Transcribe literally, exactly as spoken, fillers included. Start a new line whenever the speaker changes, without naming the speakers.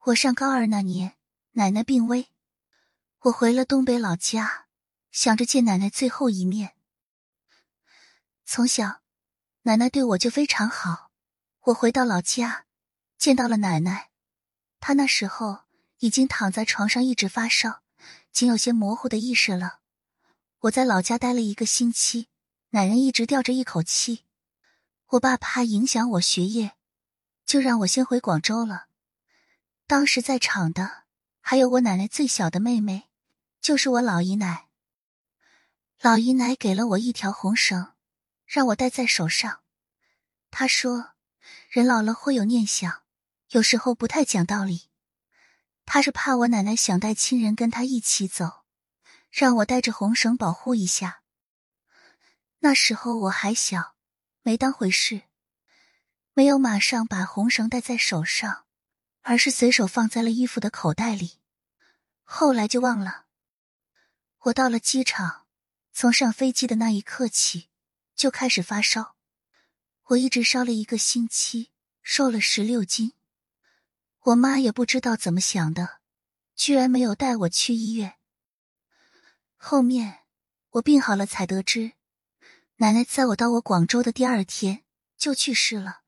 我上高二那年，奶奶病危，我回了东北老家，想着见奶奶最后一面。从小，奶奶对我就非常好。我回到老家，见到了奶奶，她那时候已经躺在床上一直发烧，仅有些模糊的意识了。我在老家待了一个星期，奶奶一直吊着一口气。我爸怕影响我学业，就让我先回广州了。当时在场的还有我奶奶最小的妹妹，就是我老姨奶。老姨奶给了我一条红绳，让我戴在手上。她说，人老了会有念想，有时候不太讲道理。她是怕我奶奶想带亲人跟她一起走，让我带着红绳保护一下。那时候我还小，没当回事，没有马上把红绳戴在手上，而是随手放在了衣服的口袋里。后来就忘了。我到了机场，从上飞机的那一刻起就开始发烧，我一直烧了一个星期，瘦了十六斤。我妈也不知道怎么想的，居然没有带我去医院。后面我病好了才得知，奶奶在我到我广州的第二天就去世了。